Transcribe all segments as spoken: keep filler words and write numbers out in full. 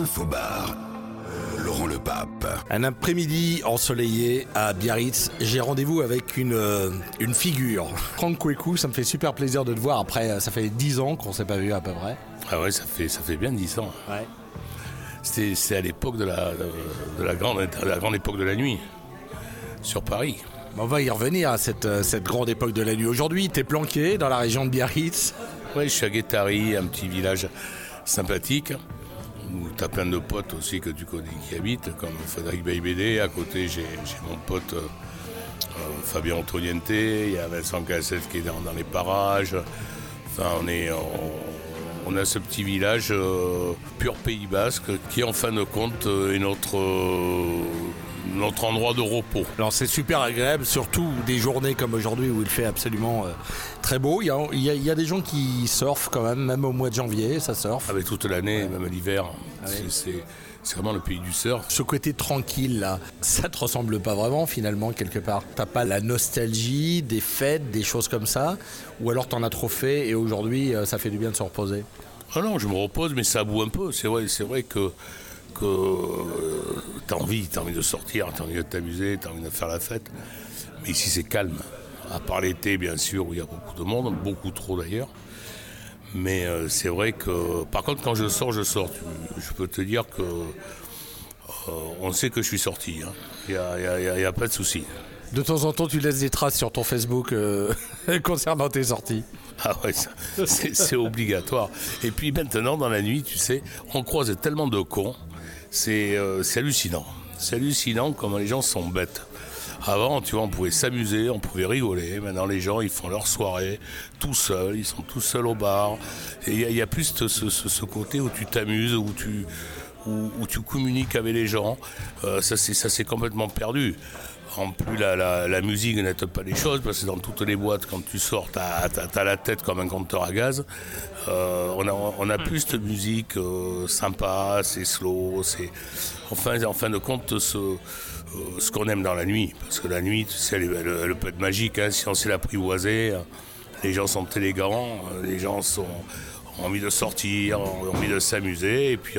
Infobar. Laurent Le Pape. Un après-midi ensoleillé à Biarritz, j'ai rendez-vous avec une, euh, une figure. Franck Kouekou, ça me fait super plaisir de te voir. Après, ça fait dix ans qu'on ne s'est pas vu à peu près. Ah ouais, ça fait, ça fait bien dix ans. Ouais. C'était, c'est à l'époque de la, de, de la, grande, de la grande époque de la nuit, sur Paris. On va y revenir à cette, cette grande époque de la nuit. Aujourd'hui, tu es planqué dans la région de Biarritz. Ouais, je suis à Guétari, un petit village sympathique, où tu as plein de potes aussi que tu connais qui habitent, comme Frédéric Baybédé. À côté, j'ai, j'ai mon pote euh, euh, Fabien Antoniente, il y a Vincent Cassette qui est dans, dans les parages. Enfin, on est... On, On a ce petit village euh, pur Pays Basque qui, en fin de compte, est notre, euh, notre endroit de repos. Alors c'est super agréable, surtout des journées comme aujourd'hui où il fait absolument euh, très beau. Il y, a, il, y a, il y a des gens qui surfent quand même, même au mois de janvier, ça surfe. Avec toute l'année, ouais. Même l'hiver. Ah oui. c'est, c'est, c'est vraiment le pays du surf. Ce côté tranquille là, ça te ressemble pas vraiment finalement quelque part. T'as pas la nostalgie des fêtes, des choses comme ça, ou alors t'en as trop fait et aujourd'hui ça fait du bien de se reposer? Ah non, je me repose, mais ça boue un peu. C'est vrai, c'est vrai que, que euh, t'as envie, t'as envie de sortir, t'as envie de t'amuser, t'as envie de faire la fête. Mais ici c'est calme. À part l'été bien sûr où il y a beaucoup de monde, beaucoup trop d'ailleurs. Mais euh, c'est vrai que, par contre, quand je sors, je sors. Je peux te dire que euh, on sait que je suis sorti. Il hein. n'y a, y a, y a pas de souci. De temps en temps, tu laisses des traces sur ton Facebook euh, concernant tes sorties. Ah ouais, ça, c'est, c'est obligatoire. Et puis maintenant, dans la nuit, tu sais, on croise tellement de cons. C'est, euh, c'est hallucinant. C'est hallucinant comment les gens sont bêtes. Avant, tu vois, on pouvait s'amuser, on pouvait rigoler. Maintenant, les gens, ils font leur soirée tout seuls. Ils sont tout seuls au bar. Et il y, y a plus ce, ce, ce côté où tu t'amuses, où tu, où, où tu communiques avec les gens. Euh, ça, c'est, ça, c'est complètement perdu. En plus, la, la, la musique n'aide pas les choses, parce que dans toutes les boîtes, quand tu sors, t'as, t'as, t'as la tête comme un compteur à gaz. Euh, on, a, on a plus de musique euh, sympa, c'est slow, c'est... Enfin, en fin de compte, ce, euh, ce qu'on aime dans la nuit. Parce que la nuit, tu sais, elle, elle, elle peut être magique, hein, si on sait l'apprivoiser. Les gens sont élégants, les gens sont, ont envie de sortir, ont envie de s'amuser, et puis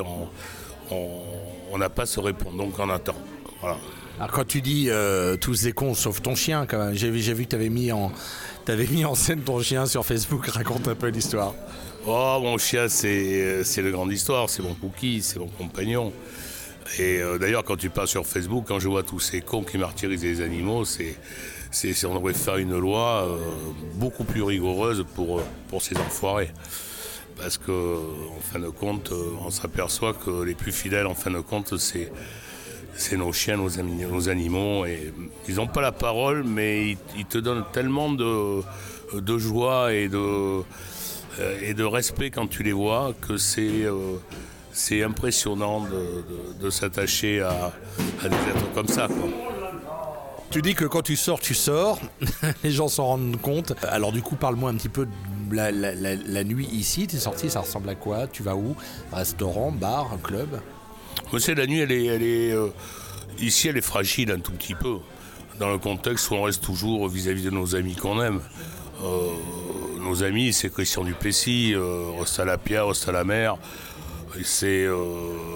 on n'a pas à se répondre, donc on attend. Voilà. Alors quand tu dis euh, tous des cons sauf ton chien quand même, j'ai, j'ai vu que tu avais mis, en, t'avais mis en scène ton chien sur Facebook, raconte un peu l'histoire. Oh mon chien c'est, c'est la grande histoire, c'est mon cookie, c'est mon compagnon. Et euh, d'ailleurs quand tu passes sur Facebook, quand je vois tous ces cons qui martyrisent les animaux, c'est, c'est, c'est, on devrait faire une loi euh, beaucoup plus rigoureuse pour, pour ces enfoirés. Parce que en fin de compte, on s'aperçoit que les plus fidèles en fin de compte c'est... C'est nos chiens, nos, amis, nos animaux. Et ils n'ont pas la parole, mais ils, ils te donnent tellement de, de joie et de, et de respect quand tu les vois que c'est, euh, c'est impressionnant de, de, de s'attacher à, à des êtres comme ça, quoi. Tu dis que quand tu sors, tu sors. Les gens s'en rendent compte. Alors du coup, parle-moi un petit peu de la, la, la, la nuit ici. T'es sorti, ça ressemble à quoi? Tu vas où? Restaurant, bar, club? Vous savez, la nuit, elle est, elle est euh, ici, elle est fragile un tout petit peu, dans le contexte où on reste toujours vis-à-vis de nos amis qu'on aime. Euh, nos amis, c'est Christian Duplessis, euh, Rosta Lapierre, Rosta la Mer, et c'est, euh,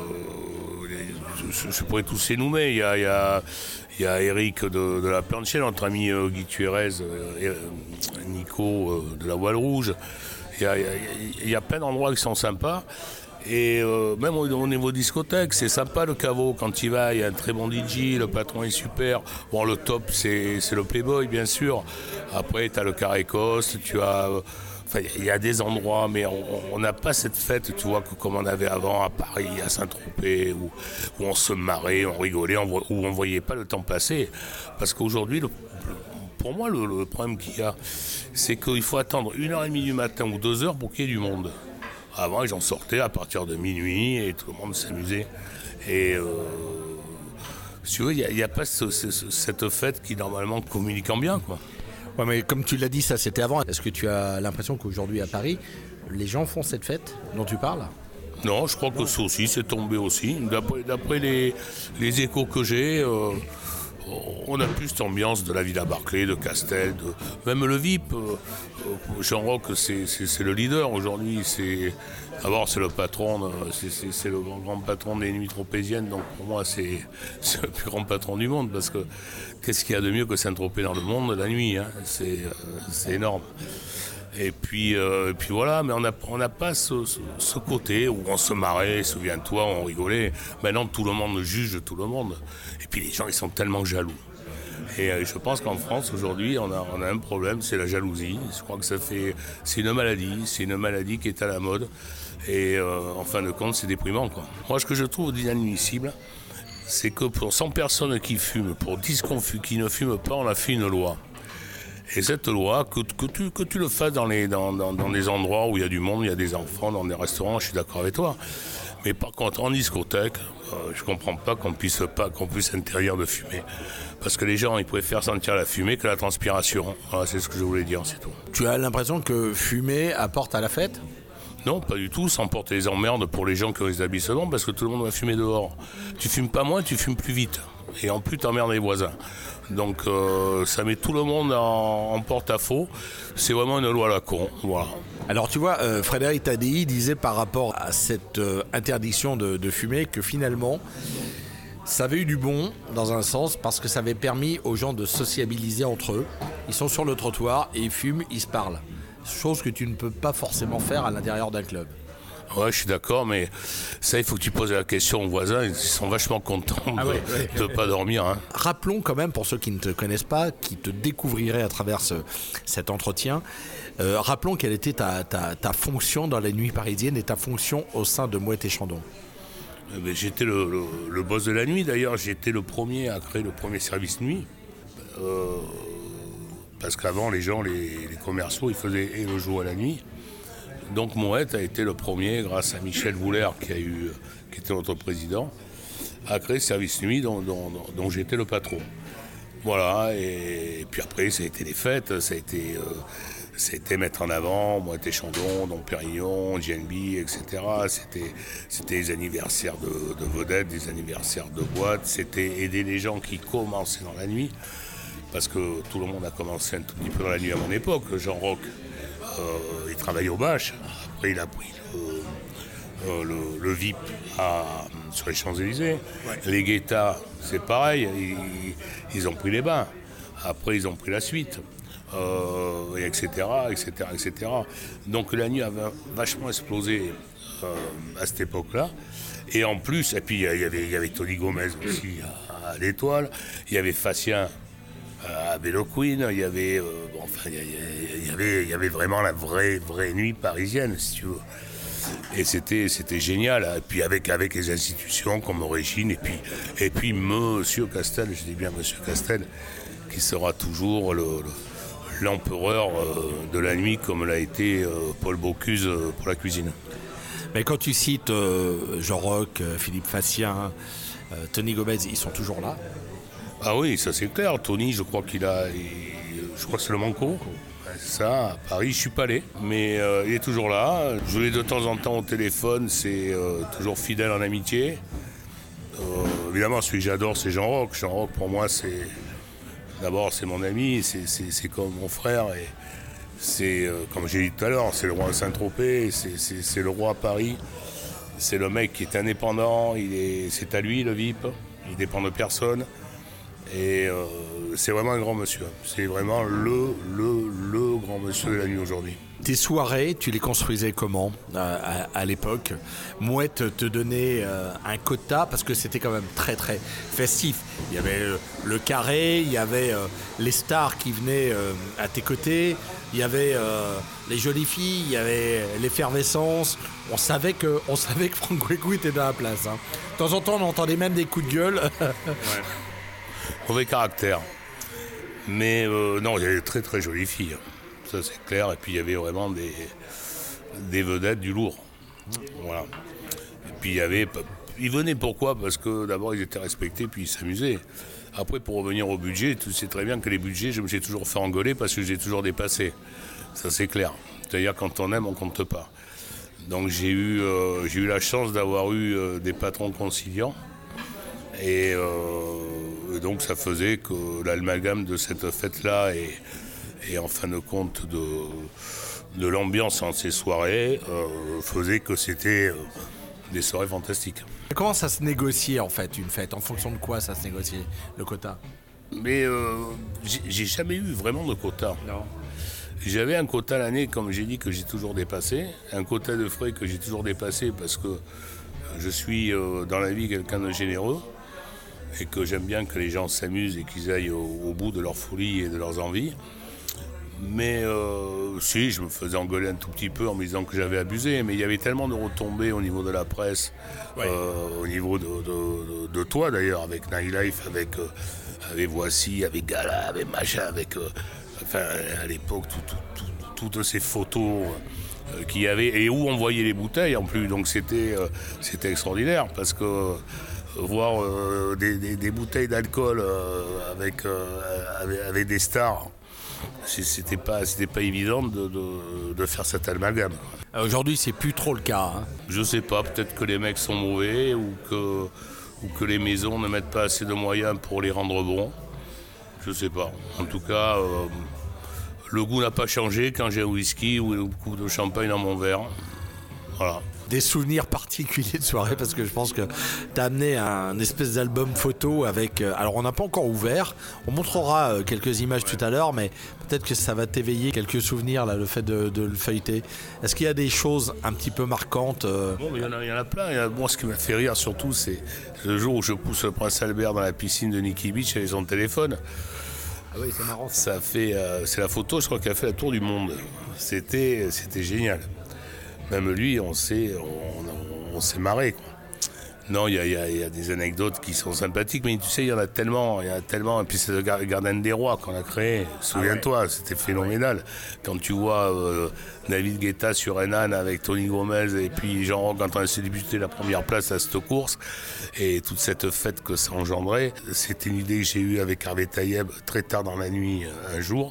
je, je pourrais tous les nommer. Il y a, il y a, il y a Eric de, de la Planchette, notre ami euh, Guy Thierez, euh, Nico euh, de la Voile Rouge. Il y a, il y a, il y a plein d'endroits qui sont sympas. Et euh, même au, au niveau discothèque, c'est sympa le caveau. Quand il va, il y a un très bon D J, le patron est super. Bon, le top, c'est, c'est le Playboy, bien sûr. Après, tu as le Carré Coste, tu as... Enfin, il y a des endroits, mais on n'a pas cette fête, tu vois, que, comme on avait avant à Paris, à Saint-Tropez, où, où on se marrait, on rigolait, on, où on ne voyait pas le temps passer. Parce qu'aujourd'hui, le, pour moi, le, le problème qu'il y a, c'est qu'il faut attendre une heure et demie du matin ou deux heures pour qu'il y ait du monde. Avant, ils en sortaient à partir de minuit et tout le monde s'amusait. Et euh, si tu veux, il n'y a, a pas ce, ce, cette fête qui normalement communique en bien, quoi. Ouais, mais comme tu l'as dit, ça c'était avant. Est-ce que tu as l'impression qu'aujourd'hui à Paris, les gens font cette fête dont tu parles? Non, je crois que ça aussi, c'est tombé aussi. D'après, d'après les, les échos que j'ai, euh, on a plus cette ambiance de la Villa Barclay, de Castel, de, même le V I P. Euh, Jean Roch, c'est, c'est, c'est le leader aujourd'hui. C'est, d'abord, c'est le patron, c'est, c'est, c'est le grand, grand patron des nuits tropéziennes. Donc pour moi, c'est, c'est le plus grand patron du monde. Parce que qu'est-ce qu'il y a de mieux que Saint-Tropez dans le monde la nuit, hein, c'est, euh, c'est énorme. Et puis, euh, et puis voilà, mais on n'a on a pas ce, ce, ce côté où on se marrait, souviens-toi, on rigolait. Maintenant, tout le monde juge tout le monde. Et puis les gens, ils sont tellement jaloux. Et euh, je pense qu'en France, aujourd'hui, on a, on a un problème, c'est la jalousie. Je crois que ça fait, c'est une maladie, c'est une maladie qui est à la mode. Et euh, en fin de compte, c'est déprimant, quoi. Moi, ce que je trouve inadmissible, c'est que pour cent personnes qui fument, pour dix qui ne fument pas, on a fait une loi. Et cette loi, que, que, tu, que tu le fasses dans, les, dans, dans, dans des endroits où il y a du monde, il y a des enfants, dans des restaurants, je suis d'accord avec toi. Mais par contre, en discothèque, euh, je ne comprends pas qu'on puisse pas qu'on puisse interdire de fumer. Parce que les gens, ils préfèrent sentir la fumée que la transpiration. Voilà, c'est ce que je voulais dire, c'est tout. Tu as l'impression que fumer apporte à la fête ? Non, pas du tout, ça emporte les emmerdes pour les gens qui ont les établissements, parce que tout le monde va fumer dehors. Tu fumes pas moins, tu fumes plus vite. Et en plus, t'emmerdes les voisins. Donc euh, ça met tout le monde en, en porte-à-faux. C'est vraiment une loi à la con. Voilà. Alors tu vois, euh, Frédéric Tadei disait par rapport à cette euh, interdiction de, de fumer que finalement, ça avait eu du bon dans un sens parce que ça avait permis aux gens de sociabiliser entre eux. Ils sont sur le trottoir et ils fument, ils se parlent. Chose que tu ne peux pas forcément faire à l'intérieur d'un club. Ouais, je suis d'accord, mais ça, il faut que tu poses la question aux voisins. Ils sont vachement contents de ne ah ouais, ouais. pas dormir. Hein. Rappelons quand même, pour ceux qui ne te connaissent pas, qui te découvriraient à travers ce, cet entretien, euh, rappelons quelle était ta, ta, ta fonction dans la nuit parisienne et ta fonction au sein de Moët et Chandon. Eh bien, j'étais le, le, le boss de la nuit. D'ailleurs, j'étais le premier à créer le premier service nuit. Euh, parce qu'avant, les gens, les, les commerciaux, ils faisaient et le jour et la nuit. Donc Moët a été le premier, grâce à Michel Boulère, qui, a eu, qui était notre président, à créer ce service nuit dont, dont, dont j'étais le patron. Voilà, et, et puis après, ça a été les fêtes, ça a été, euh, ça a été mettre en avant Moët et Chandon, Dom Pérignon, G N B, et cetera. C'était, c'était des anniversaires de, de vedettes, des anniversaires de boîtes, c'était aider les gens qui commençaient dans la nuit, parce que tout le monde a commencé un tout petit peu dans la nuit à mon époque. Jean Roch, Euh, il travaillait au Bâche, après il a pris le, euh, le, le V I P à, sur les Champs-Élysées. Ouais. Les Guetta, c'est pareil, ils, ils ont pris les bains, après ils ont pris la suite, euh, et etc., etc., et cetera. Donc la nuit avait vachement explosé euh, à cette époque-là. Et en plus, et puis il y avait, il y avait Tony Gomez aussi à, à l'Étoile, il y avait Facien à Bello Queen, il y avait, euh, bon, enfin, il y, il y avait, il y avait vraiment la vraie, vraie nuit parisienne, si tu veux. Et c'était, c'était génial. Et puis avec, avec les institutions comme Origine, et puis, et puis Monsieur Castel, je dis bien Monsieur Castel, qui sera toujours le, le, l'empereur euh, de la nuit, comme l'a été euh, Paul Bocuse euh, pour la cuisine. Mais quand tu cites euh, Jean Roch, euh, Philippe Facien, euh, Tony Gomez, ils sont toujours là? Ah oui, ça c'est clair. Tony, je crois qu'il a, il, je crois que c'est le Manco. C'est ça, à Paris, je suis pas allé, mais euh, il est toujours là. Je l'ai de temps en temps au téléphone, c'est euh, toujours fidèle en amitié. Euh, évidemment, celui que j'adore, c'est Jean Roch. Jean Roch, pour moi, c'est d'abord c'est mon ami, c'est, c'est, c'est comme mon frère, et c'est euh, comme j'ai dit tout à l'heure, c'est le roi de Saint-Tropez, c'est, c'est, c'est le roi à Paris. C'est le mec qui est indépendant, il est, c'est à lui le V I P, il dépend de personne. Et euh, c'est vraiment un grand monsieur. C'est vraiment le, le, le grand monsieur de la nuit aujourd'hui. Tes soirées, tu les construisais comment euh, à, à l'époque? Moët te donnait euh, un quota parce que c'était quand même très très festif. Il y avait euh, le carré, il y avait euh, les stars qui venaient euh, à tes côtés, il y avait euh, les jolies filles, il y avait l'effervescence. On savait que, on savait que Franck Guécou était dans la place. Hein. De temps en temps, on entendait même des coups de gueule. Ouais. Mauvais caractère. Mais euh, non, il y avait de très très jolies filles. Ça c'est clair. Et puis il y avait vraiment des, des vedettes du lourd. Voilà. Et puis il y avait. Ils venaient pourquoi? Parce que d'abord ils étaient respectés, puis ils s'amusaient. Après, pour revenir au budget, tu sais très bien que les budgets, je me suis toujours fait engueuler parce que j'ai toujours dépassé. Ça c'est clair. C'est-à-dire quand on aime, on compte pas. Donc j'ai eu, euh, j'ai eu la chance d'avoir eu euh, des patrons conciliants. Et euh, et donc ça faisait que l'amalgame de cette fête-là et, et en fin de compte de, de l'ambiance en ces soirées euh, faisait que c'était euh, des soirées fantastiques. Comment ça se négocie en fait une fête? En fonction de quoi ça se négocie le quota? Mais euh, j'ai, j'ai jamais eu vraiment de quota. Non. J'avais un quota l'année, comme j'ai dit, que j'ai toujours dépassé. Un quota de frais que j'ai toujours dépassé parce que je suis euh, dans la vie quelqu'un de généreux et que j'aime bien que les gens s'amusent et qu'ils aillent au, au bout de leur folie et de leurs envies. Mais euh, si, je me faisais engueuler un tout petit peu en me disant que j'avais abusé, mais il y avait tellement de retombées au niveau de la presse, ouais. euh, au niveau de, de, de, de toi d'ailleurs, avec Nightlife, avec, euh, avec Voici, avec Gala, avec machin, avec... Euh, enfin, à l'époque, tout, tout, tout, toutes ces photos euh, qu'il y avait, et où on voyait les bouteilles en plus, donc c'était, euh, c'était extraordinaire, parce que euh, voir euh, des, des, des bouteilles d'alcool euh, avec, euh, avec, avec des stars, c'était pas, c'était pas évident de, de, de faire cet amalgame. Aujourd'hui, c'est plus trop le cas. Hein. Je sais pas, peut-être que les mecs sont mauvais ou que, ou que les maisons ne mettent pas assez de moyens pour les rendre bons. Je sais pas. En tout cas, euh, le goût n'a pas changé quand j'ai un whisky ou un coup de champagne dans mon verre. Voilà. Des souvenirs particuliers de soirée, parce que je pense que tu as amené un espèce d'album photo avec... Alors on n'a pas encore ouvert, on montrera quelques images ouais. tout à l'heure, mais peut-être que ça va t'éveiller quelques souvenirs, là, le fait de, de le feuilleter. Est-ce qu'il y a des choses un petit peu marquantes euh... Bon, il y en a, il y en a plein. Il y a, moi, ce qui m'a fait rire surtout, c'est le jour où je pousse le prince Albert dans la piscine de Nikki Beach avec son téléphone. Ah oui, c'est marrant. Ça fait, euh, c'est la photo, je crois, qui a fait la tour du monde. C'était, c'était génial. Même lui, on s'est, on, on s'est marré, quoi. Non, il y, y, y a des anecdotes qui sont sympathiques, mais tu sais, il y en a tellement, il y en a tellement. Et puis c'est le Garden des Rois qu'on a créé. Souviens-toi, ah ouais. C'était phénoménal. Quand tu vois euh, David Guetta sur un âne avec Tony Gomez et puis Jean Roch quand on a débuté la première place à cette course et toute cette fête que ça engendrait, c'était une idée que j'ai eue avec Hervé Taïeb très tard dans la nuit un jour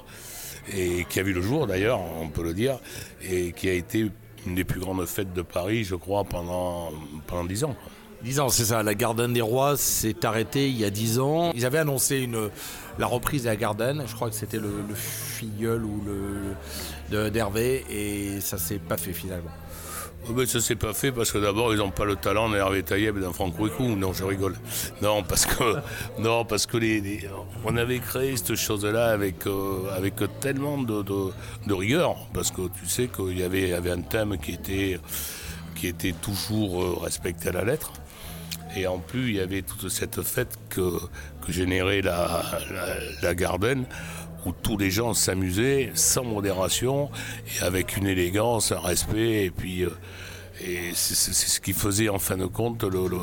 et qui a vu le jour d'ailleurs, on peut le dire, et qui a été une des plus grandes fêtes de Paris, je crois, pendant pendant dix ans. dix ans, c'est ça. La Garden des Rois s'est arrêtée il y a dix ans. Ils avaient annoncé une, la reprise de la Garden. Je crois que c'était le, le filleul ou le, de, d'Hervé. Et ça s'est pas fait finalement. Ben, ça s'est pas fait parce que d'abord, ils n'ont pas le talent d'un Hervé Taïeb et d'un Franck Ouékou. Non, je rigole. Non, parce que, non, parce que les, les, on avait créé cette chose-là avec, euh, avec tellement de, de, de rigueur. Parce que tu sais qu'il y avait, y avait un thème qui était, qui était toujours respecté à la lettre. Et en plus, il y avait toute cette fête que, que générait la, la, la Garden, où tous les gens s'amusaient sans modération et avec une élégance, un respect. Et puis, euh, et c'est, c'est, c'est ce qui faisait en fin de compte, le, le,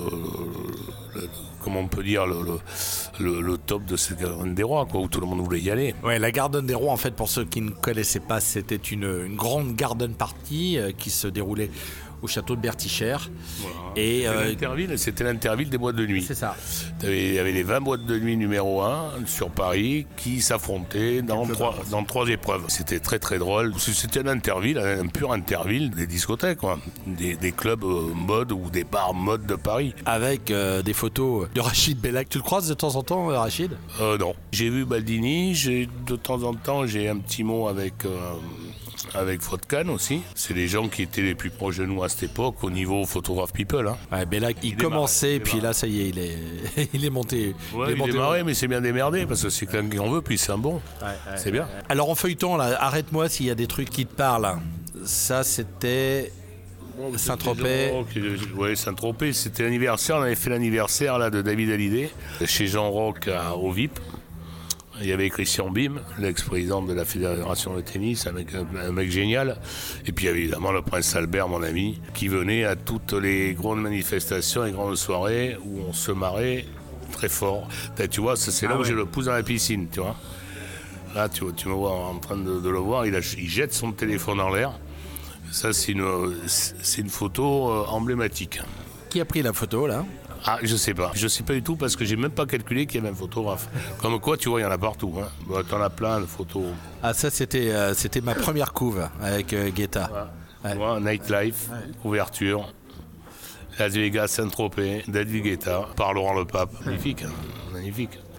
le, le, comment on peut dire, le, le, le top de cette Garden des Rois, quoi, où tout le monde voulait y aller. Ouais, la Garden des Rois, en fait, pour ceux qui ne connaissaient pas, c'était une, une grande garden party euh, qui se déroulait au château de Bertichères. Voilà. Et c'était, euh, l'interville, c'était l'interville des boîtes de nuit. C'est ça. Il y avait les vingt boîtes de nuit numéro un sur Paris qui s'affrontaient dans trois, dans trois épreuves. C'était très très drôle. C'était un interville, un pur interville des discothèques, quoi. Des, des clubs euh, mode ou des bars mode de Paris. Avec euh, des photos de Rachid Bellac. Tu le croises de temps en temps, Rachid ? euh, Non. J'ai vu Baldini. J'ai, de temps en temps, j'ai un petit mot avec... Euh, avec Frodcan aussi. C'est les gens qui étaient les plus proches de nous à cette époque au niveau photographe people. Hein. Ouais, mais là, il, il commençait, puis là, ça y est, il est, il est monté. Ouais, il est il monté est démarré, mais c'est bien démerdé parce que c'est quelqu'un qui en veut, puis c'est un bon. Ouais, ouais, c'est bien. Ouais. Alors en feuilleton, là, arrête-moi s'il y a des trucs qui te parlent. Ça, c'était bon, Saint-Tropez. Oui, Saint-Tropez. C'était l'anniversaire. On avait fait l'anniversaire là de David Hallyday chez Jean Roch à, au V I P. Il y avait Christian Bim, l'ex-président de la Fédération de tennis, un mec, un mec génial. Et puis il y avait évidemment le prince Albert, mon ami, qui venait à toutes les grandes manifestations et grandes soirées où on se marrait très fort. Tu vois, ça, c'est là ah où ouais. je le pousse dans la piscine, tu vois. Là, tu, tu me vois en train de, de le voir, il, a, il jette son téléphone en l'air. Ça, c'est une, c'est une photo euh, emblématique. Qui a pris la photo, là ? Ah, je sais pas. Je sais pas du tout parce que j'ai même pas calculé qu'il y avait un photographe. Comme quoi, tu vois, il y en a partout. Hein. Bon, t'en as plein de photos. Ah, ça, c'était, euh, c'était ma première couve avec euh, Guetta. Ouais. Ouais. Ouais, Nightlife, ouais. Ouverture, Las Vegas, Saint-Tropez, David Guetta, par Laurent Le Pape. Magnifique, hein. Magnifique.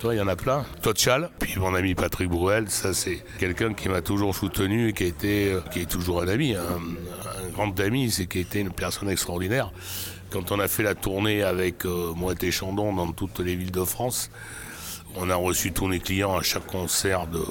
Toi, il y en a plein. Tochal, puis mon ami Patrick Bruel, ça c'est quelqu'un qui m'a toujours soutenu et qui a été, qui est toujours un ami, un, un grand ami, c'est qui a été une personne extraordinaire. Quand on a fait la tournée avec euh, Moët et Chandon dans toutes les villes de France, on a reçu tous les clients à chaque concert de,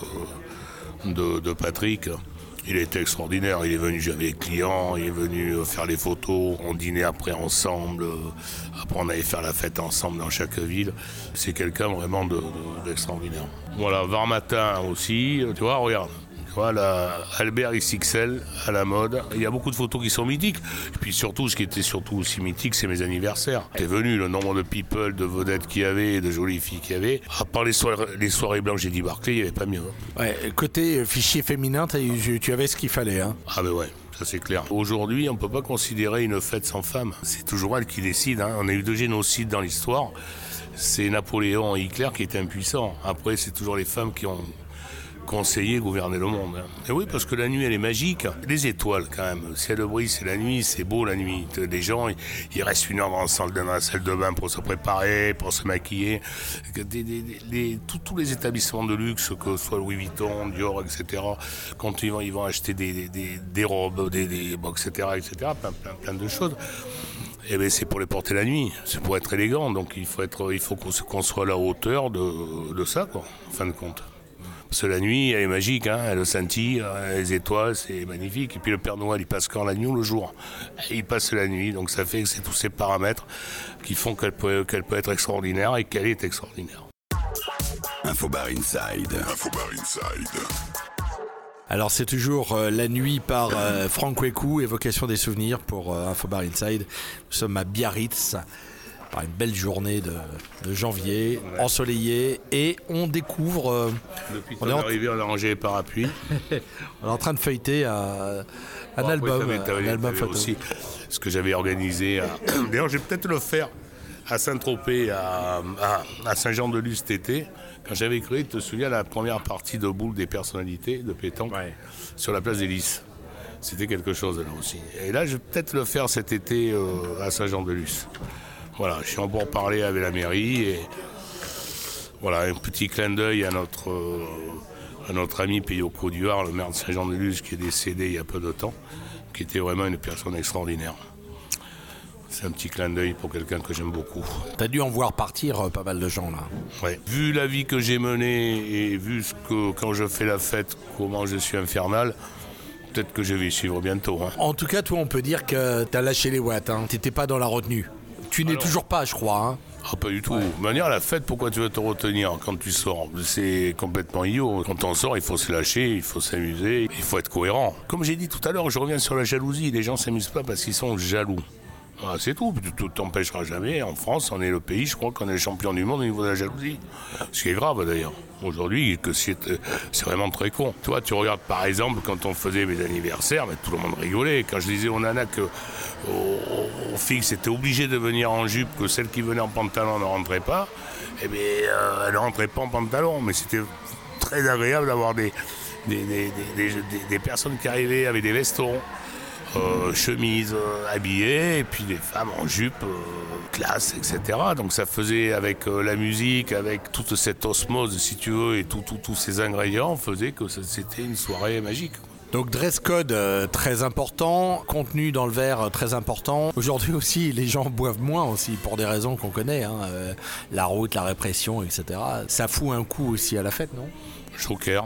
de, de Patrick. Il était extraordinaire, il est venu jouer avec les clients, il est venu faire les photos, on dînait après ensemble, après on allait faire la fête ensemble dans chaque ville. C'est quelqu'un vraiment de, de, d'extraordinaire. Voilà, Var Matin aussi, tu vois, regarde. Voilà, Albert X X L à la mode. Il y a beaucoup de photos qui sont mythiques. Et puis surtout, ce qui était surtout aussi mythique, c'est mes anniversaires. T'es venu, le nombre de people, de vedettes qu'il y avait, de jolies filles qu'il y avait. À part les soirées, les soirées blanches d'Eddie Barclay, il n'y avait pas mieux. Hein. Ouais, côté fichier féminin, tu avais ce qu'il fallait. Hein. Ah ben ouais. Ça c'est clair. Aujourd'hui, on ne peut pas considérer une fête sans femme. C'est toujours elle qui décide. Hein. On a eu deux génocides dans l'histoire. C'est Napoléon et Hitler qui étaient impuissants. Après, c'est toujours les femmes qui ont conseiller, gouverner le monde. Et oui, parce que la nuit, elle est magique. Les étoiles, quand même. Si elle brille, c'est la nuit, c'est beau la nuit. Les gens, ils restent une heure dans la salle de, dans la salle de bain pour se préparer, pour se maquiller. Des, des, des, les, tous, tous les établissements de luxe, que ce soit Louis Vuitton, Dior, et cetera, quand ils vont, ils vont acheter des, des, des robes, des, des, bon, et cetera, et cetera, plein, plein, plein de choses. Eh bien, c'est pour les porter la nuit, c'est pour être élégant. Donc, il faut, être, il faut qu'on, qu'on soit à la hauteur de, de ça, quoi, en fin de compte. Parce que la nuit, elle est magique, hein, elle scintille, les étoiles, c'est magnifique. Et puis le Père Noël, il passe quand la nuit ou le jour? Il passe la nuit, donc ça fait que c'est tous ces paramètres qui font qu'elle peut, qu'elle peut être extraordinaire et qu'elle est extraordinaire. Infobar Inside. Infobar Inside. Alors c'est toujours euh, la nuit par euh, Franck Wécou, évocation des souvenirs pour euh, Infobar Inside. Nous sommes à Biarritz. Une belle journée de, de janvier, ouais. Ensoleillée, et on découvre. Euh, Depuis qu'on est arrivé, on a rangé les parapluies. On est en train de feuilleter un, un bon, album, t'avais, t'avais, un album photo. Aussi ce que j'avais organisé. À... D'ailleurs, je vais peut-être le faire à Saint-Tropez, à, à, à Saint-Jean-de-Luz cet été. Quand j'avais créé, tu te souviens, la première partie de boule des personnalités de pétanque, ouais. Sur la place des Lys. C'était quelque chose là aussi. Et là, je vais peut-être le faire cet été euh, à Saint-Jean-de-Luz. Voilà, je suis en pour parler avec la mairie et voilà, un petit clin d'œil à notre, euh, à notre ami Pio Cauduard, le maire de Saint-Jean-de-Luz, qui est décédé il y a peu de temps, qui était vraiment une personne extraordinaire. C'est un petit clin d'œil pour quelqu'un que j'aime beaucoup. T'as dû en voir partir euh, pas mal de gens là. Ouais. Vu la vie que j'ai menée et vu ce que quand je fais la fête, comment je suis infernal, peut-être que je vais y suivre bientôt. Hein. En tout cas, toi, on peut dire que t'as lâché les watts, hein. T'étais pas dans la retenue. Tu n'es Alors, toujours pas, je crois. Hein. Ah, pas du tout. Ouais. De manière, la fête, pourquoi tu veux te retenir quand tu sors? C'est complètement idiot. Quand on sort, il faut se lâcher, il faut s'amuser, il faut être cohérent. Comme j'ai dit tout à l'heure, je reviens sur la jalousie. Les gens ne s'amusent pas parce qu'ils sont jaloux. Voilà, c'est tout. Tu ne t'empêcheras jamais. En France, on est le pays, je crois qu'on est le champion du monde au niveau de la jalousie. Ce qui est grave d'ailleurs. Aujourd'hui, que c'est, c'est vraiment très con. Toi, tu regardes par exemple quand on faisait mes anniversaires, mais tout le monde rigolait. Quand je disais aux nanas que aux, aux filles que c'était obligé de venir en jupe, que celles qui venaient en pantalon ne rentraient pas, eh bien, euh, elles ne rentraient pas en pantalon. Mais c'était très agréable d'avoir des, des, des, des, des, des personnes qui arrivaient avec des vestons. Euh, chemise euh, habillée et puis des femmes en jupe euh, classe, et cetera. Donc ça faisait avec euh, la musique, avec toute cette osmose si tu veux et tous tout, tout ces ingrédients faisait que ça, c'était une soirée magique. Donc dress code euh, très important, contenu dans le verre euh, très important. Aujourd'hui aussi les gens boivent moins aussi pour des raisons qu'on connaît, hein, euh, la route, la répression, et cetera. Ça fout un coup aussi à la fête, non? Joker.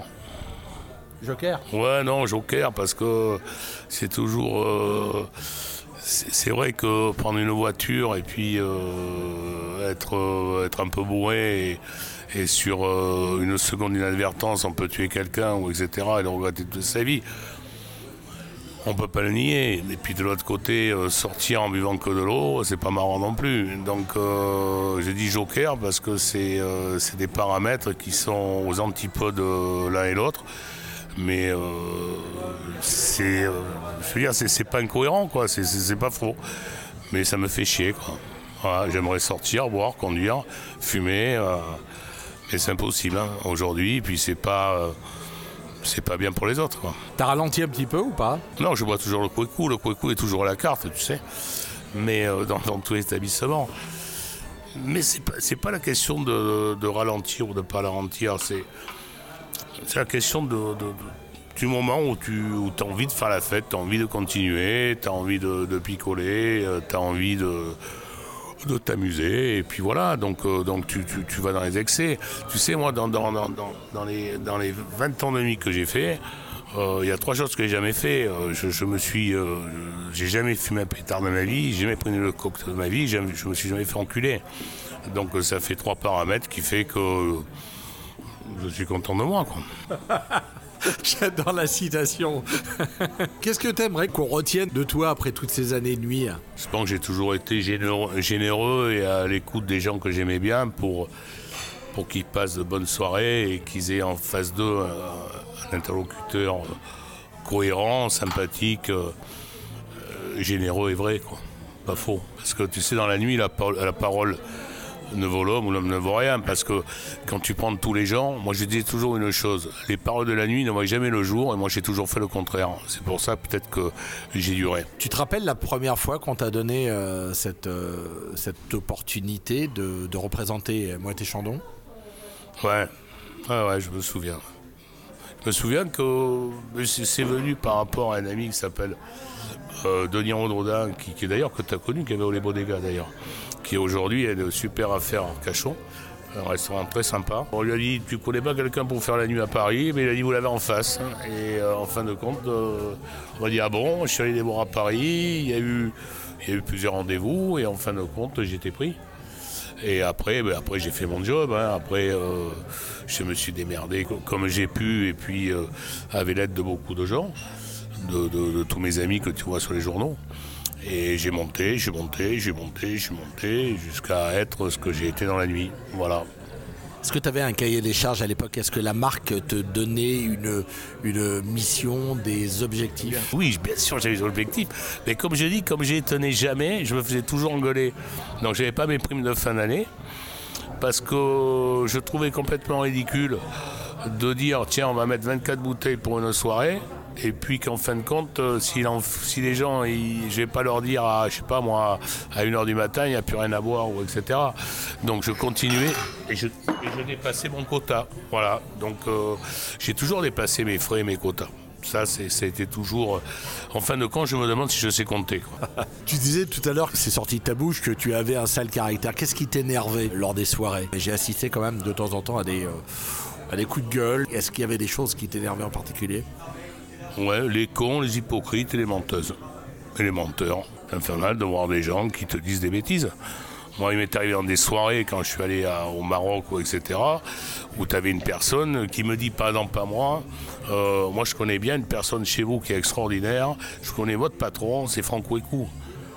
Joker? Ouais, non, Joker, parce que c'est toujours... Euh, c'est, c'est vrai que prendre une voiture et puis euh, être, euh, être un peu bourré et, et sur euh, une seconde d'inadvertance, on peut tuer quelqu'un, ou et cetera, et le regretter toute sa vie. On peut pas le nier. Et puis de l'autre côté, euh, sortir en buvant que de l'eau, c'est pas marrant non plus. Donc euh, j'ai dit Joker parce que c'est, euh, c'est des paramètres qui sont aux antipodes de l'un et l'autre. Mais euh, c'est, euh, je veux dire, c'est, c'est pas incohérent, quoi. C'est, c'est, c'est pas faux. Mais ça me fait chier, quoi. Voilà, j'aimerais sortir, boire, conduire, fumer, euh, mais c'est impossible hein, aujourd'hui. Et puis c'est pas, euh, c'est pas bien pour les autres, quoi. T'as ralenti un petit peu ou pas? Non, je bois toujours le Kweku. Le Kweku est toujours à la carte, tu sais. Mais euh, dans, dans tous les établissements. mais c'est pas, c'est pas la question de, de ralentir ou de pas ralentir, c'est, c'est la question de, de, de, du moment où tu où as envie de faire la fête, tu as envie de continuer, tu as envie de, de picoler, tu as envie de, de t'amuser, et puis voilà, donc, euh, donc tu, tu, tu vas dans les excès. Tu sais, moi, dans, dans, dans, dans, les, dans les vingt ans de nuit que j'ai fait, il euh, y a trois choses que j'ai jamais fait. Euh, je, je me suis, euh, j'ai jamais fumé un pétard de ma vie, j'ai jamais pris le coq de ma vie, je me suis jamais fait enculer. Donc euh, ça fait trois paramètres qui fait que euh, je suis content de moi, quoi. J'adore la citation. Qu'est-ce que tu aimerais qu'on retienne de toi après toutes ces années de nuit? Je pense que j'ai toujours été généreux, généreux et à l'écoute des gens que j'aimais bien pour, pour qu'ils passent de bonnes soirées et qu'ils aient en face d'eux un, un interlocuteur cohérent, sympathique, euh, généreux et vrai, quoi. Pas faux. Parce que tu sais, dans la nuit, la, la parole ne vaut l'homme ou l'homme ne vaut rien, parce que quand tu prends tous les gens, moi je dis toujours une chose, les paroles de la nuit ne voient jamais le jour, et moi j'ai toujours fait le contraire. C'est pour ça peut-être que j'ai duré. Tu te rappelles la première fois qu'on t'a donné euh, cette, euh, cette opportunité de, de représenter Mouette et Chandon? Ouais, ouais, ouais, je me souviens. Je me souviens que c'est venu par rapport à un ami qui s'appelle euh, Denis Rodrodin, qui, qui d'ailleurs que tu as connu, qui avait les Bodegas d'ailleurs, qui aujourd'hui est de super affaires à Cachon, un restaurant très sympa. On lui a dit, tu connais pas quelqu'un pour faire la nuit à Paris? Mais il a dit, vous l'avez en face. Et euh, en fin de compte, euh, on a dit, ah bon, je suis allé les voir à Paris, il y a eu, il y a eu plusieurs rendez-vous, et en fin de compte, j'étais pris. Et après, ben après j'ai fait mon job, hein. Après euh, je me suis démerdé comme j'ai pu, et puis euh, avec l'aide de beaucoup de gens, de, de, de tous mes amis que tu vois sur les journaux. Et j'ai monté, j'ai monté, j'ai monté, j'ai monté, jusqu'à être ce que j'ai été dans la nuit. Voilà. Est-ce que tu avais un cahier des charges à l'époque? Est-ce que la marque te donnait une, une mission, des objectifs? Oui, bien sûr, j'avais des objectifs. Mais comme je dis, comme j'y tenais jamais, je me faisais toujours engueuler. Donc je n'avais pas mes primes de fin d'année, parce que je trouvais complètement ridicule de dire, tiens, on va mettre vingt-quatre bouteilles pour une soirée, et puis qu'en fin de compte, si, si les gens, ils, je ne vais pas leur dire, à, je sais pas moi, à une heure du matin, il n'y a plus rien à boire, ou et cetera. Donc je continuais et je, et je dépassais mon quota. Voilà. Donc euh, j'ai toujours dépassé mes frais et mes quotas. Ça, c'est, ça a été toujours... En fin de compte, je me demande si je sais compter, quoi. Tu disais tout à l'heure que c'est sorti de ta bouche que tu avais un sale caractère. Qu'est-ce qui t'énervait lors des soirées? J'ai assisté quand même de temps en temps à des, euh, à des coups de gueule. Est-ce qu'il y avait des choses qui t'énervaient en particulier? Ouais, les cons, les hypocrites et les menteuses. Et les menteurs. C'est infernal de voir des gens qui te disent des bêtises. Moi, il m'est arrivé dans des soirées, quand je suis allé à, au Maroc, et cetera, où tu avais une personne qui me dit, pas non, pas moi, euh, moi je connais bien une personne chez vous qui est extraordinaire, je connais votre patron, c'est Franck Ouécou.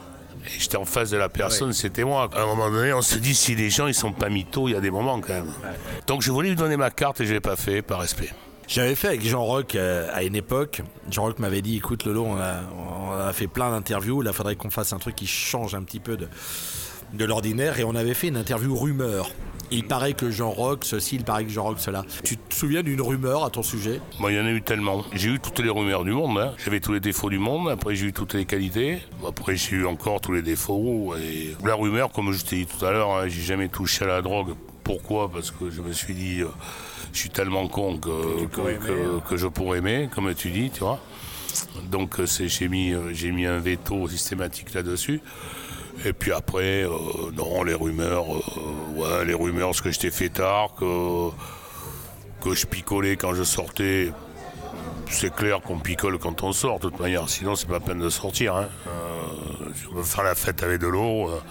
Et j'étais en face de la personne, ouais. C'était moi. À un moment donné, on se dit, si les gens ils sont pas mythos, il y a des moments quand même. Ouais. Donc je voulais lui donner ma carte et je ne l'ai pas fait, par respect. J'avais fait avec Jean Rock euh, à une époque. Jean Rock m'avait dit, écoute Lolo, on a, on a fait plein d'interviews, là il faudrait qu'on fasse un truc qui change un petit peu de, de l'ordinaire, et on avait fait une interview rumeur. Il paraît que Jean Rock ceci, il paraît que Jean Rock cela. Tu te souviens d'une rumeur à ton sujet? Moi, il y en a eu tellement. J'ai eu toutes les rumeurs du monde, hein. J'avais tous les défauts du monde, après j'ai eu toutes les qualités, après j'ai eu encore tous les défauts. Et la rumeur, comme je t'ai dit tout à l'heure, hein, j'ai jamais touché à la drogue. Pourquoi? Parce que je me suis dit... Euh, je suis tellement con que, que, que, que, que je pourrais aimer, comme tu dis, tu vois. Donc c'est, j'ai, mis, j'ai mis un veto systématique là-dessus. Et puis après, euh, non, les rumeurs, euh, ouais, les rumeurs, parce que j'étais fêtard, que, que je picolais quand je sortais. C'est clair qu'on picole quand on sort, de toute manière, sinon c'est pas peine de sortir. Hein. Euh, je veux faire la fête avec de l'eau. Euh,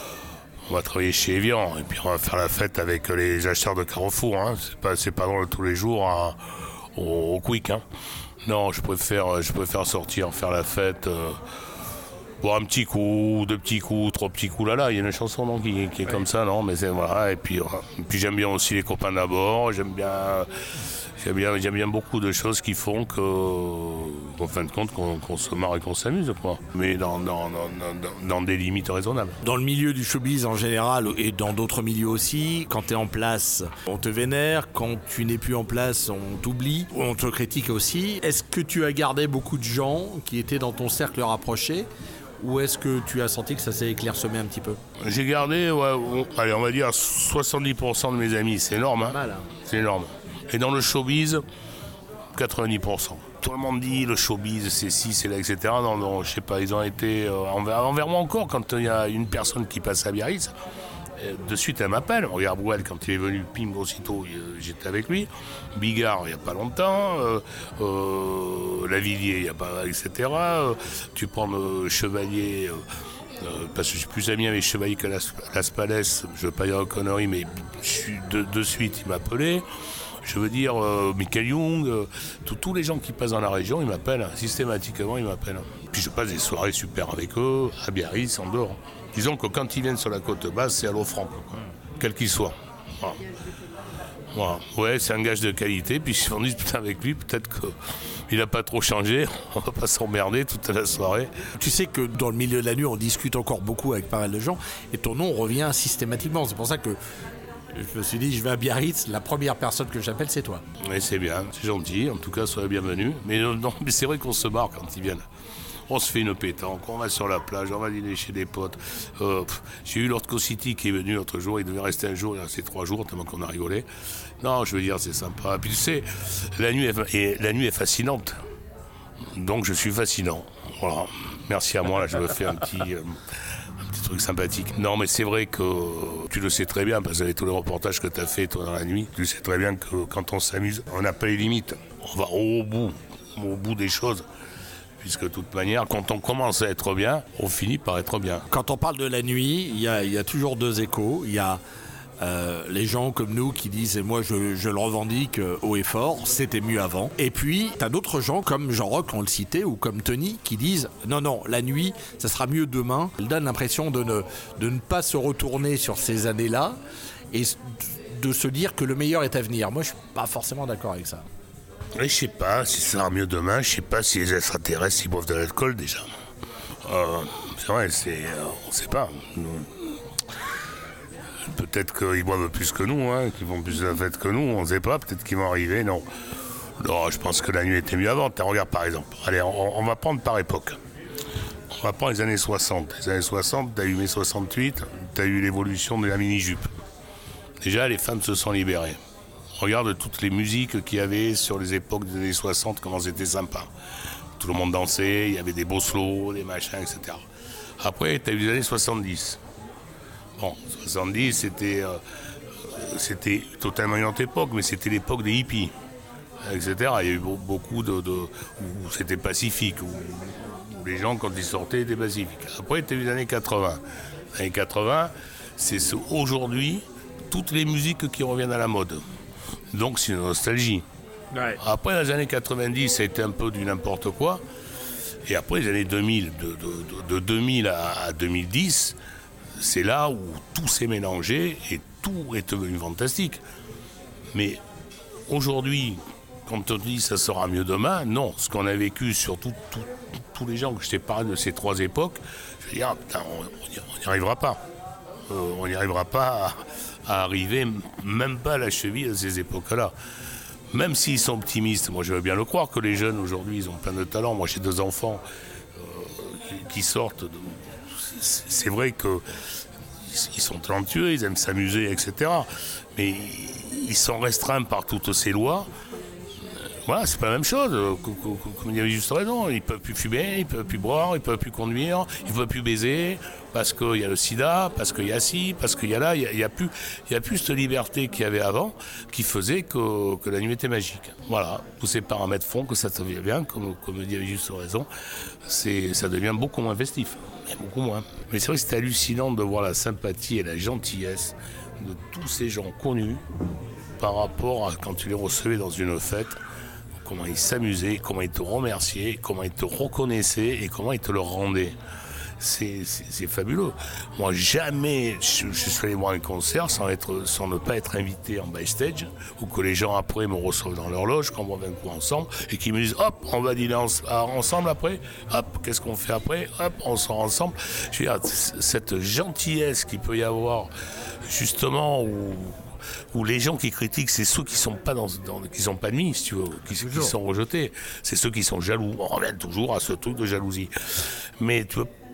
On va travailler chez Evian et puis on va faire la fête avec les acheteurs de Carrefour. Hein. C'est pas, c'est pas drôle tous les jours à, au, au Quick. Hein. Non, je préfère, je préfère sortir, faire la fête, euh, boire un petit coup, deux petits coups, trois petits coups. Là, là, il y a une chanson non, qui, qui est ouais. Comme ça, non, mais c'est voilà. Et puis, euh, et puis j'aime bien aussi les copains d'abord. J'aime bien. J'aime bien, j'aime bien beaucoup de choses qui font que, qu'en fin de compte, qu'on, qu'on se marre et qu'on s'amuse, quoi. Mais dans, dans, dans, dans des limites raisonnables. Dans le milieu du showbiz en général, et dans d'autres milieux aussi, quand tu es en place, on te vénère. Quand tu n'es plus en place, on t'oublie. On te critique aussi. Est-ce que tu as gardé beaucoup de gens qui étaient dans ton cercle rapproché? ou est-ce que tu as senti que ça s'est éclairsemé un petit peu? J'ai gardé, ouais, on, allez, on va dire soixante-dix pour cent de mes amis, c'est énorme, hein. Mal, hein. C'est énorme. Et dans le showbiz, quatre-vingt-dix pour cent. Tout le monde dit le showbiz, c'est ci, c'est là, et cetera. Non, non, je sais pas, ils ont été euh, envers, envers moi encore quand il y a une personne qui passe à Biarritz. De suite, elle m'appelle. Regarde, Bouel, quand il est venu, pim, aussitôt, j'étais avec lui. Bigard, il n'y a pas longtemps. Euh, euh, Lavillier, il n'y a pas, et cetera. Euh, tu prends le Chevalier, euh, euh, parce que je suis plus ami avec Chevalier que Las, Las Palais. Je ne veux pas dire une connerie, mais je suis de, de suite, il m'a appelé. Je veux dire, euh, Michael Young, euh, tous les gens qui passent dans la région, ils m'appellent. Systématiquement, ils m'appellent. Puis je passe des soirées super avec eux, à Biarritz, en dehors. Disons que quand ils viennent sur la côte basse, c'est à l'eau franque, quoi. Quel qu'il soit. Voilà. Voilà. Ouais, c'est un gage de qualité. Puis je me dis, putain, avec lui, peut-être qu'il n'a pas trop changé. On va pas s'emmerder toute la soirée. Tu sais que dans le milieu de la nuit, on discute encore beaucoup avec pas mal de gens, et ton nom revient systématiquement. C'est pour ça que je me suis dit, je vais à Biarritz, la première personne que j'appelle, c'est toi. Oui, c'est bien, c'est gentil. En tout cas, soyez bienvenus. Mais non, mais c'est vrai qu'on se marre quand ils viennent. On se fait une pétanque, on va sur la plage, on va dîner chez des potes. Euh, pff, j'ai eu Lord City qui est venu l'autre jour, il devait rester un jour, il est resté trois jours, tellement qu'on a rigolé. Non, je veux dire, c'est sympa. Puis tu sais, la nuit est, et la nuit est fascinante. Donc je suis fascinant. Voilà. Merci à moi, là, je me fais un petit, euh, un petit truc sympathique. Non, mais c'est vrai que tu le sais très bien, parce qu'avec tous les reportages que tu as fait, toi, dans la nuit, tu sais très bien que quand on s'amuse, on n'a pas les limites. On va au bout, au bout des choses. Puisque de toute manière, quand on commence à être bien, on finit par être bien. Quand on parle de la nuit, il y a, y a toujours deux échos. Il y a euh, les gens comme nous qui disent, et moi je, je le revendique euh, haut et fort, c'était mieux avant. Et puis, tu as d'autres gens comme Jean-Roch, on le citait, ou comme Tony, qui disent, non, non, la nuit, ça sera mieux demain. Ils donnent l'impression de ne, de ne pas se retourner sur ces années-là et de se dire que le meilleur est à venir. Moi, je ne suis pas forcément d'accord avec ça. Je sais pas si ça sera mieux demain, je sais pas si les extraterrestres ils boivent de l'alcool déjà. Euh, c'est vrai, c'est, euh, on sait pas. Nous, peut-être qu'ils boivent plus que nous, hein, qu'ils font plus de la fête que nous, on sait pas, peut-être qu'ils vont arriver, non. Non, je pense que la nuit était mieux avant. Regarde par exemple, allez, on, on va prendre par époque. On va prendre les années soixante. Les années soixante, t'as eu mai soixante-huit, t'as eu l'évolution de la mini-jupe. Déjà, les femmes se sont libérées. Regarde toutes les musiques qu'il y avait sur les époques des années soixante, comment c'était sympa. Tout le monde dansait, il y avait des beaux slows, des machins, et cetera. Après, tu as eu les années soixante-dix. Bon, soixante-dix, c'était, euh, c'était totalement une autre époque, mais c'était l'époque des hippies, et cetera. Il y a eu beaucoup de... de où c'était pacifique, où, où les gens, quand ils sortaient, étaient pacifiques. Après, tu as eu les années quatre-vingts. Les années quatre-vingts, c'est ce, aujourd'hui, toutes les musiques qui reviennent à la mode. Donc c'est une nostalgie. Ouais. Après, dans les années quatre-vingt-dix, ça a été un peu du n'importe quoi. Et après, les années deux mille, de, de, de, de deux mille à, à deux mille dix, c'est là où tout s'est mélangé et tout est devenu fantastique. Mais aujourd'hui, quand on dit ça sera mieux demain, non. Ce qu'on a vécu sur tout, tout, tous les gens que je t'ai parlé de ces trois époques, je veux dire, ah, putain, on n'y arrivera pas. Euh, on n'y arrivera pas à... à arriver même pas à la cheville de ces époques-là. Même s'ils sont optimistes, moi je veux bien le croire que les jeunes aujourd'hui, ils ont plein de talent. Moi j'ai deux enfants euh, qui, qui sortent. De... C'est vrai qu'ils sont talentueux, ils aiment s'amuser, et cetera. Mais ils sont restreints par toutes ces lois. Voilà, c'est pas la même chose. Comme il y avait juste raison, ils ne peuvent plus fumer, ils ne peuvent plus boire, ils ne peuvent plus conduire, ils ne peuvent plus baiser, parce qu'il y a le sida, parce qu'il y a ci, parce qu'il y a là, il n'y a, a, plus, il y a plus cette liberté qu'il y avait avant, qui faisait que, que la nuit était magique. Voilà, tous ces paramètres font que ça devient bien, comme, comme il y avait juste raison, c'est, ça devient beaucoup moins festif, beaucoup moins. Mais c'est vrai que c'est hallucinant de voir la sympathie et la gentillesse de tous ces gens connus par rapport à quand tu les recevais dans une fête. Comment ils s'amusaient, comment ils te remerciaient, comment ils te reconnaissaient et comment ils te le rendaient. C'est, c'est, c'est fabuleux. Moi, jamais je, je suis allé voir un concert sans, être, sans ne pas être invité en backstage, ou que les gens après me reçoivent dans leur loge, qu'on boit un coup ensemble, et qu'ils me disent hop, on va dîner en, ensemble après, hop, qu'est-ce qu'on fait après, hop, on sort ensemble. Je veux dire, cette gentillesse qu'il peut y avoir, justement, où. Où les gens qui critiquent, c'est ceux qui sont pas dans, dans qui sont pas de mise, si tu veux, qui, qui sont rejetés. C'est ceux qui sont jaloux. On revient toujours à ce truc de jalousie. Mais tu peux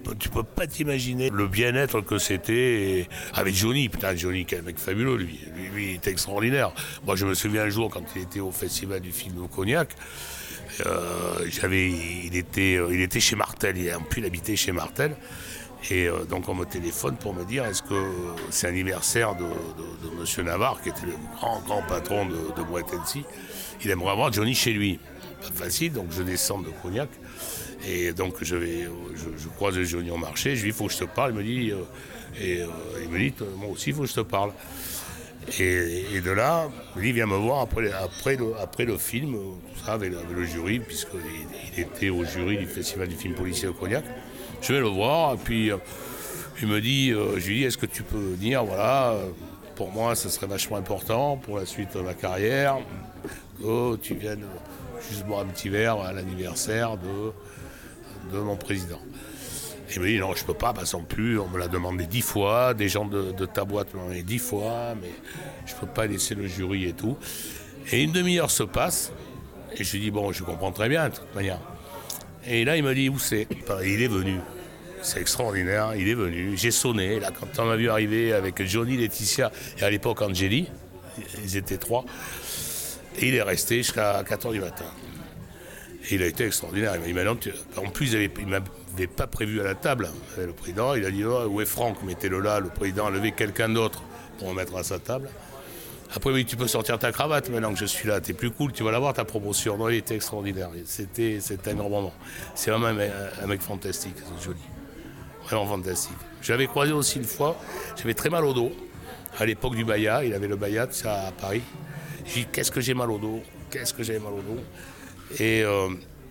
tu peux pas t'imaginer le bien-être que c'était. Et avec Johnny, putain, Johnny, quel mec fabuleux, lui. Lui, lui, il était extraordinaire. Moi, je me souviens un jour, quand il était au festival du film au Cognac, euh, j'avais, il, était, il était chez Martel, il, puis il habitait chez Martel. Et euh, donc on me téléphone pour me dire est-ce que c'est l'anniversaire de, de, de Monsieur Navarre, qui était le grand, grand patron de, de Moët Hennessy. Il aimerait avoir Johnny chez lui. Pas facile, donc je descends de Cognac. Et donc je, vais, je, je croise Johnny au marché, je lui dis il faut que je te parle. Il me dit, euh, et, euh, il me dit moi aussi il faut que je te parle. Et, et de là, il vient me voir après, après, le, après le film, tout ça, avec, avec le jury, puisqu'il il était au jury du Festival du film policier au Cognac. Je vais le voir, et puis euh, il me dit, euh, je lui dis, est-ce que tu peux venir, voilà, euh, pour moi, ce serait vachement important pour la suite de ma carrière, que tu viennes juste boire un petit verre à l'anniversaire de, de mon président. Il me dit, non, je peux pas, parce qu'en plus, on me l'a demandé dix fois, des gens de, de ta boîte me l'ont demandé dix fois, mais je peux pas laisser le jury et tout. Et une demi-heure se passe, et je lui dis, bon, je comprends très bien, de toute manière. Et là, il me dit, où c'est ? Il est venu. C'est extraordinaire, il est venu. J'ai sonné, là, quand on m'a vu arriver avec Johnny, Laetitia et à l'époque Angélie, ils étaient trois. Et il est resté jusqu'à quatre heures du matin. Et il a été extraordinaire. Il m'a dit, en plus, il ne m'avait pas prévu à la table, le président. Il a dit, oh, où est Franck ? Mettez-le là. Le président a levé quelqu'un d'autre pour me mettre à sa table. Après, oui, tu peux sortir ta cravate maintenant que je suis là. T'es plus cool, tu vas l'avoir ta promotion. Non, il était extraordinaire. C'était, c'était un grand moment. C'est vraiment un, un mec fantastique, c'est joli. Vraiment fantastique. Je l'avais croisé aussi une fois. J'avais très mal au dos. À l'époque du Bayat, il avait le Bayat, ça à Paris. J'ai dit, qu'est-ce que j'ai mal au dos ? Qu'est-ce que j'ai mal au dos ? Et, euh,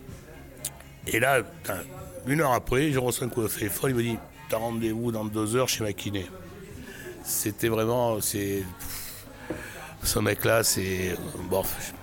et là, une heure après, je reçois un coup de téléphone. Il me dit, t'as rendez-vous dans deux heures chez ma kiné. C'était vraiment... c'est Ce mec-là, c'est... Bon,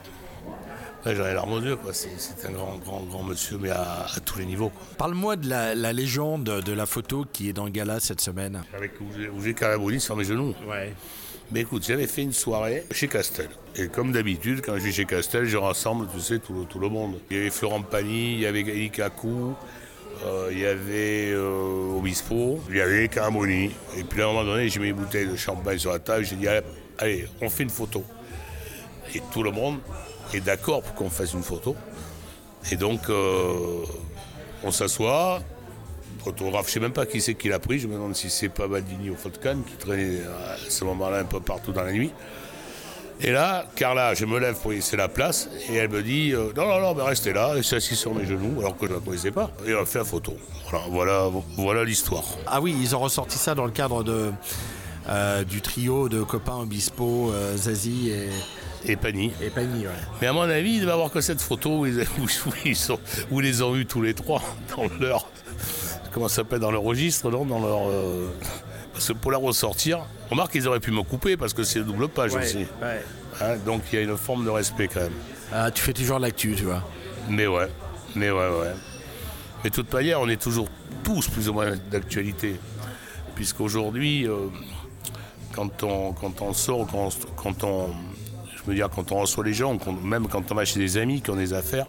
ouais, j'en ai les larmes aux yeux, quoi. C'est, c'est un grand, grand, grand monsieur, mais à, à tous les niveaux, quoi. Parle-moi de la, la légende de la photo qui est dans le gala cette semaine. Avec Ougé Carabouli sur mes genoux. Ouais. Mais écoute, j'avais fait une soirée chez Castel. Et comme d'habitude, quand je vais chez Castel, je rassemble, tu sais, tout le, tout le monde. Il y avait Florent Pagny, il y avait Gaël Kakou, euh, il y avait euh, Obispo, il y avait Carabouli. Et puis à un moment donné, j'ai mis une bouteille de champagne sur la table, j'ai dit, allez, allez, on fait une photo. Et tout le monde est d'accord pour qu'on fasse une photo. Et donc, euh, on s'assoit. Photographe, je ne sais même pas qui c'est qui l'a pris. Je me demande si c'est pas Baldini au Fotcan qui traînait à ce moment-là un peu partout dans la nuit. Et là, Carla, je me lève pour laisser la place et elle me dit euh, non, non, non, mais restez là. Et je suis assis sur mes genoux alors que je ne la connaissais pas. Et on a fait la photo. Voilà, voilà, voilà l'histoire. Ah oui, ils ont ressorti ça dans le cadre de, euh, du trio de copains Obispo, euh, Zazie et... Et Pagny. Et Pagny, ouais. Mais à mon avis, il devait y avoir que cette photo où ils, où, où ils, sont, où ils les ont vus tous les trois dans leur... Comment ça s'appelle, dans leur registre, non, dans leur... Euh... Parce que pour la ressortir, on remarque qu'ils auraient pu me couper parce que c'est double page ouais, aussi. Ouais. Hein, donc il y a une forme de respect quand même. Ah, tu fais toujours l'actu, tu vois. Mais ouais, mais ouais, ouais. Mais de toute manière, on est toujours tous plus ou moins d'actualité. Puisqu'aujourd'hui, euh, quand, on, quand on sort, quand on, quand on... Je veux dire, quand on reçoit les gens, même quand on va chez des amis qui ont des affaires,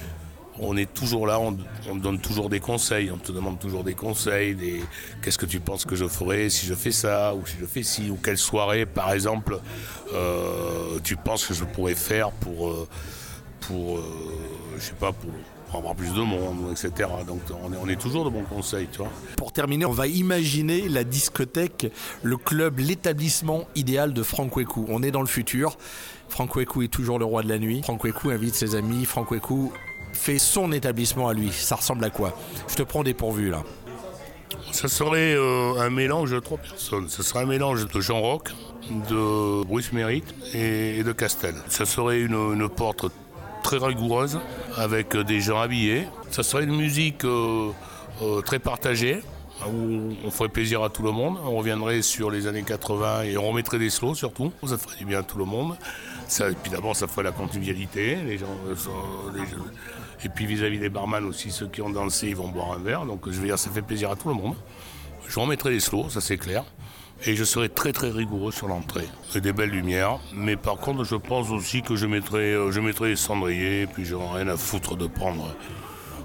on est toujours là, on, on donne toujours des conseils, on te demande toujours des conseils, des qu'est-ce que tu penses que je ferais si je fais ça, ou si je fais ci, ou quelle soirée, par exemple, euh, tu penses que je pourrais faire pour, euh, pour euh, je sais pas, pour, pour avoir plus de monde, et cetera. Donc on est, on est toujours de bons conseils, tu vois. Pour terminer, on va imaginer la discothèque, le club, l'établissement idéal de Franck Ouékou. On est dans le futur. Franck Ouékou est toujours le roi de la nuit. Franck Ouékou invite ses amis. Franck Ouékou fait son établissement à lui. Ça ressemble à quoi ? Je te prends dépourvu là. Ça serait euh, un mélange de trois personnes. Ça serait un mélange de Jean Rock, de Bruce Mérite et, et de Castel. Ça serait une, une porte très rigoureuse avec des gens habillés. Ça serait une musique euh, euh, très partagée où on ferait plaisir à tout le monde. On reviendrait sur les années quatre-vingts et on remettrait des slows surtout. Ça ferait du bien à tout le monde. Ça, et puis d'abord, ça ferait la convivialité. Les gens, euh, les gens, et puis vis-à-vis des barman aussi, ceux qui ont dansé, ils vont boire un verre. Donc je veux dire, ça fait plaisir à tout le monde. Je remettrai des slows, ça c'est clair. Et je serai très très rigoureux sur l'entrée. Et des belles lumières. Mais par contre, je pense aussi que je mettrai, je mettrai les cendriers. Et puis j'aurai rien à foutre de prendre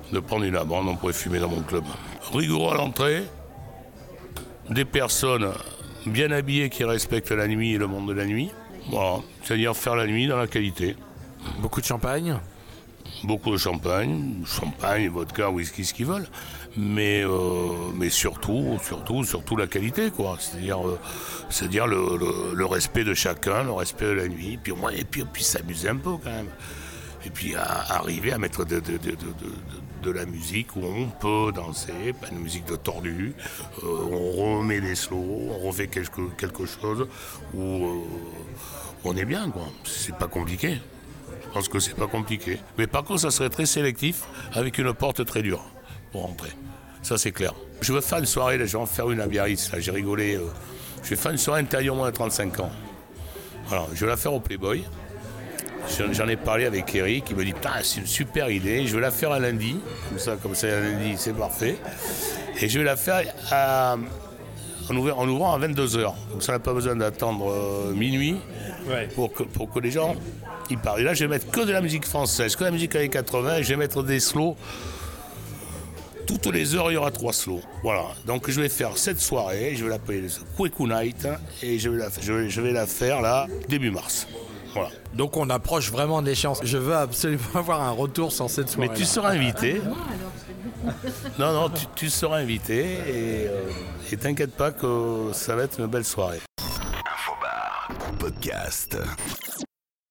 de prendre une amende, on pourrait fumer dans mon club. Rigoureux à l'entrée, des personnes bien habillées qui respectent la nuit et le monde de la nuit. Voilà, c'est-à-dire faire la nuit dans la qualité. Beaucoup de champagne? Beaucoup de champagne, champagne, vodka, whisky, ce qu'ils veulent. Mais, euh, mais surtout, surtout, surtout la qualité, quoi. C'est-à-dire, euh, c'est-à-dire le, le, le respect de chacun, le respect de la nuit, puis, et puis, puis s'amuser un peu quand même. Et puis à, arriver à mettre de, de, de, de, de, de la musique où on peut danser, pas une musique de tordu. Euh, on remet des slows, on refait quelque, quelque chose où euh, on est bien, quoi. C'est pas compliqué. Je pense que c'est pas compliqué. Mais par contre, ça serait très sélectif avec une porte très dure pour rentrer. Ça, c'est clair. Je veux faire une soirée, là, je vais en faire une à Biarritz. Là, j'ai rigolé. Euh, je vais faire une soirée intérieure moins de trente-cinq ans. Voilà, je vais la faire au Playboy. J'en ai parlé avec Eric, il me dit putain, c'est une super idée, je vais la faire un lundi, comme ça, comme ça, un lundi, c'est parfait. Et je vais la faire à, en, ouvrant, en ouvrant à vingt-deux heures, comme ça on n'a pas besoin d'attendre euh, minuit ouais. pour, que, pour que les gens ils parlent. Et là, je vais mettre que de la musique française, que de la musique années quatre-vingts, et je vais mettre des slows. Toutes les heures, il y aura trois slows. Voilà, donc je vais faire cette soirée, je vais l'appeler Kweku Night, et je vais la, je vais, je vais la faire là, début mars. Voilà. Donc on approche vraiment de l'échéance. Je veux absolument avoir un retour sur cette soirée. Mais tu seras invité. Non, non, tu, tu seras invité et, euh, et t'inquiète pas que ça va être une belle soirée. Infobar podcast.